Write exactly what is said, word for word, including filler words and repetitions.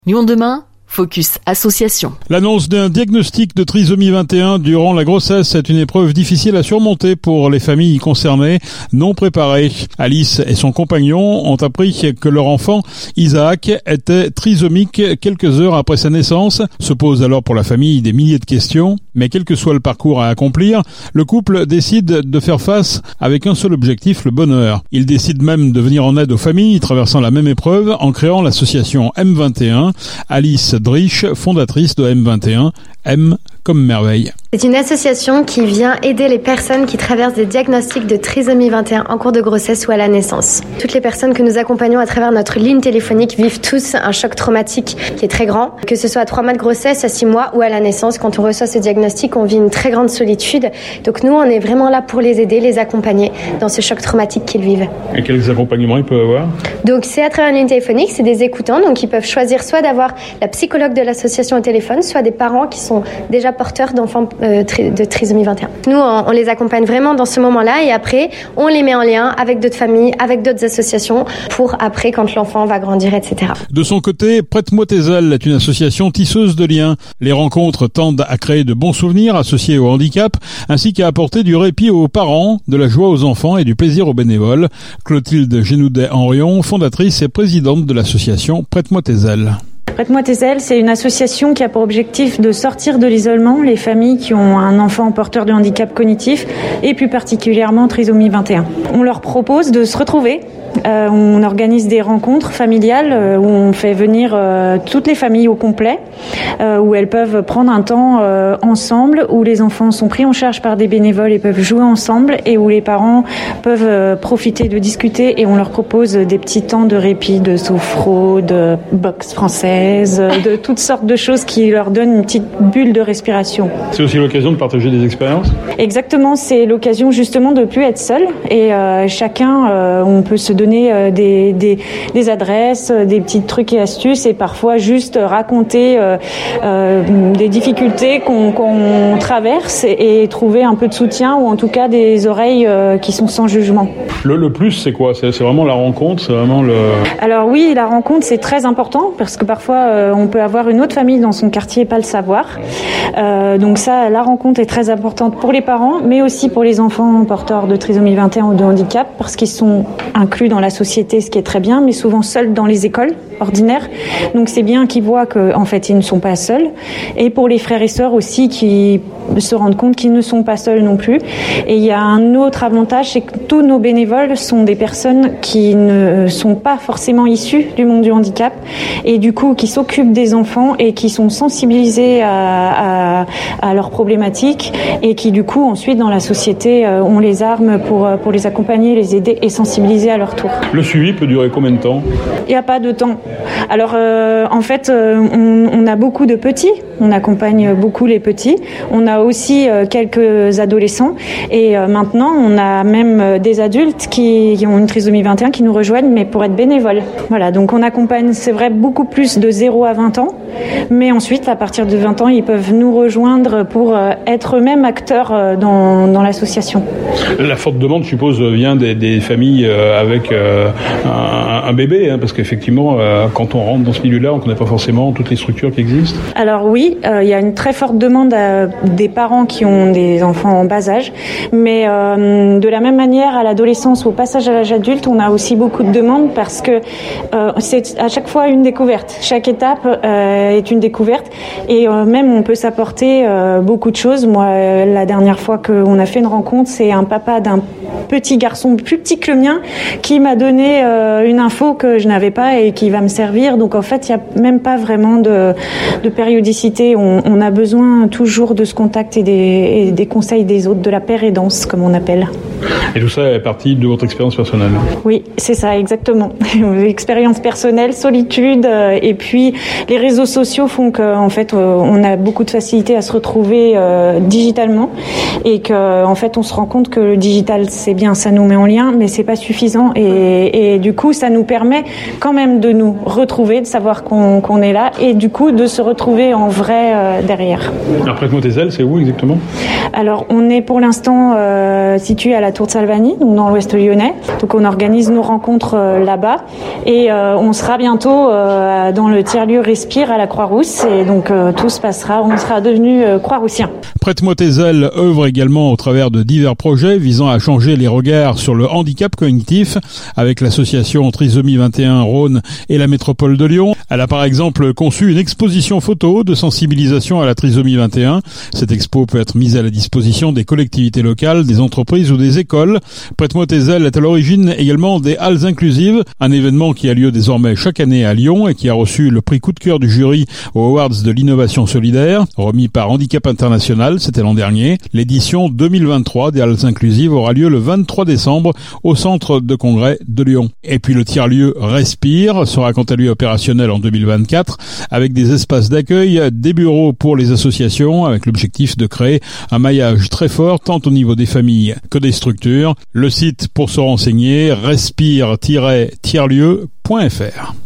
Lyon demain, Focus Association. L'annonce d'un diagnostic de trisomie vingt et un durant la grossesse est une épreuve difficile à surmonter pour les familles concernées, non préparées. Alice et son compagnon ont appris que leur enfant, Isaac, était trisomique quelques heures après sa naissance. Se posent alors pour la famille des milliers de questions, mais quel que soit le parcours à accomplir, le couple décide de faire face avec un seul objectif, le bonheur. Ils décident même de venir en aide aux familles traversant la même épreuve en créant l'association M vingt et un. Alice Drich, fondatrice de M vingt et un, M comme merveille. C'est une association qui vient aider les personnes qui traversent des diagnostics de trisomie vingt et un en cours de grossesse ou à la naissance. Toutes les personnes que nous accompagnons à travers notre ligne téléphonique vivent tous un choc traumatique qui est très grand, que ce soit à trois mois de grossesse, à six mois ou à la naissance. Quand on reçoit ce diagnostic, on vit une très grande solitude. Donc nous, on est vraiment là pour les aider, les accompagner dans ce choc traumatique qu'ils vivent. Et quels accompagnements ils peuvent avoir ? Donc c'est à travers une ligne téléphonique, c'est des écoutants, donc ils peuvent choisir soit d'avoir la psychologue de l'association au téléphone, soit des parents qui sont déjà porteurs d'enfants euh, tri- de trisomie vingt et un. Nous, on, on les accompagne vraiment dans ce moment-là et après, on les met en lien avec d'autres familles, avec d'autres associations pour après, quand l'enfant va grandir, et cetera. De son côté, Prête-moi tes ailes est une association tisseuse de liens. Les rencontres tendent à créer de bons souvenirs associés au handicap, ainsi qu'à apporter du répit aux parents, de la joie aux enfants et du plaisir aux bénévoles. Clotilde Génoudet-Henrion, fondatrice et présidente de l'association Prête-moi tes ailes. Prête-moi tes ailes, c'est une association qui a pour objectif de sortir de l'isolement les familles qui ont un enfant porteur de handicap cognitif et plus particulièrement trisomie vingt et un. On leur propose de se retrouver. Euh, on organise des rencontres familiales euh, où on fait venir euh, toutes les familles au complet, euh, où elles peuvent prendre un temps euh, ensemble, où les enfants sont pris en charge par des bénévoles et peuvent jouer ensemble, et où les parents peuvent euh, profiter de discuter, et on leur propose des petits temps de répit, de sophro, de boxe française, de toutes sortes de choses qui leur donnent une petite bulle de respiration. C'est aussi l'occasion de partager des expériences ? Exactement, c'est l'occasion justement de plus être seul, et euh, chacun, euh, on peut se donner des, des, des adresses, des petits trucs et astuces, et parfois juste raconter euh, euh, des difficultés qu'on, qu'on traverse et, et trouver un peu de soutien, ou en tout cas des oreilles euh, qui sont sans jugement. Le, le plus, c'est quoi ? c'est, c'est vraiment la rencontre, c'est vraiment le... Alors oui, la rencontre, c'est très important, parce que parfois euh, on peut avoir une autre famille dans son quartier et pas le savoir. Euh, donc ça, la rencontre est très importante pour les parents, mais aussi pour les enfants porteurs de trisomie vingt et un ou de handicap, parce qu'ils sont inclus dans la société, ce qui est très bien, mais souvent seuls dans les écoles ordinaires. Donc c'est bien qu'ils voient qu'en fait ils ne sont pas seuls. Et pour les frères et sœurs aussi, qui se rendent compte qu'ils ne sont pas seuls non plus. Et il y a un autre avantage, c'est que tous nos bénévoles sont des personnes qui ne sont pas forcément issues du monde du handicap, et du coup qui s'occupent des enfants et qui sont sensibilisés à, à, à leurs problématiques, et qui du coup ensuite dans la société ont les armes pour, pour les accompagner, les aider et sensibiliser à leur tour. Le suivi peut durer combien de temps ? Il n'y a pas de temps. Alors euh, en fait, euh, on, on a beaucoup de petits, on accompagne beaucoup les petits. On a aussi euh, quelques adolescents, et euh, maintenant on a même des adultes qui, qui ont une trisomie vingt et un qui nous rejoignent, mais pour être bénévoles. Voilà, donc on accompagne, c'est vrai, beaucoup plus de zéro à vingt ans, mais ensuite à partir de vingt ans, ils peuvent nous rejoindre pour euh, être eux-mêmes acteurs euh, dans, dans l'association. La forte demande, je suppose, vient des, des familles euh, avec euh, un, un bébé, hein, parce qu'effectivement, euh, quand on rentre dans ce milieu-là, on ne connaît pas forcément toutes les structures qui existent. Alors oui, il euh, y a une très forte demande à des parents qui ont des enfants en bas âge, mais euh, de la même manière, à l'adolescence ou au passage à l'âge adulte, on a aussi beaucoup de demandes, parce que euh, c'est à chaque fois une découverte. Chaque étape euh, est une découverte, et euh, même on peut s'apporter euh, beaucoup de choses. Moi, euh, la dernière fois qu'on a fait une rencontre, c'est un papa d'un petit garçon plus petit que le mien qui m'a donné euh, une info que je n'avais pas et qui va me servir. Donc en fait, il n'y a même pas vraiment de, de périodicité. On, on a besoin toujours de ce contact et des, et des conseils des autres, de la pérédance, comme on appelle. Et tout ça est partie de votre expérience personnelle ? Oui, c'est ça, exactement. Expérience personnelle, solitude, euh, et puis les réseaux sociaux font qu'en fait, euh, on a beaucoup de facilité à se retrouver euh, digitalement, et que en fait, on se rend compte que le digital, c'est bien, ça nous met en lien, mais c'est pas suffisant, et, et du coup, ça nous permet quand même de nous retrouver, de savoir qu'on, qu'on est là, et du coup, de se retrouver en vrai euh, derrière. Alors, Prête-moi tes ailes, c'est où exactement ? Alors, on est pour l'instant euh, situé à la la Tour de Salvani, donc dans l'Ouest lyonnais. Donc on organise nos rencontres euh, là-bas et euh, on sera bientôt euh, dans le tiers-lieu Respire à la Croix-Rousse et donc euh, tout se passera, on sera devenu euh, Croix-Roussien. Prête-moi tes ailes œuvre également au travers de divers projets visant à changer les regards sur le handicap cognitif avec l'association Trisomie vingt et un Rhône et la métropole de Lyon. Elle a par exemple conçu une exposition photo de sensibilisation à la trisomie vingt et un. Cette expo peut être mise à la disposition des collectivités locales, des entreprises ou des écoles. Prête-moi tes ailes est à l'origine également des Halles Inclusives, un événement qui a lieu désormais chaque année à Lyon et qui a reçu le prix coup de cœur du jury aux Awards de l'innovation solidaire, remis par Handicap International, c'était l'an dernier. L'édition deux mille vingt-trois des Halles Inclusives aura lieu le vingt-trois décembre au centre de congrès de Lyon. Et puis le tiers-lieu Respire sera quant à lui opérationnel en deux mille vingt-quatre avec des espaces d'accueil, des bureaux pour les associations avec l'objectif de créer un maillage très fort tant au niveau des familles que des structures. Le site pour se renseigner respire tiret tiers lieu point f r.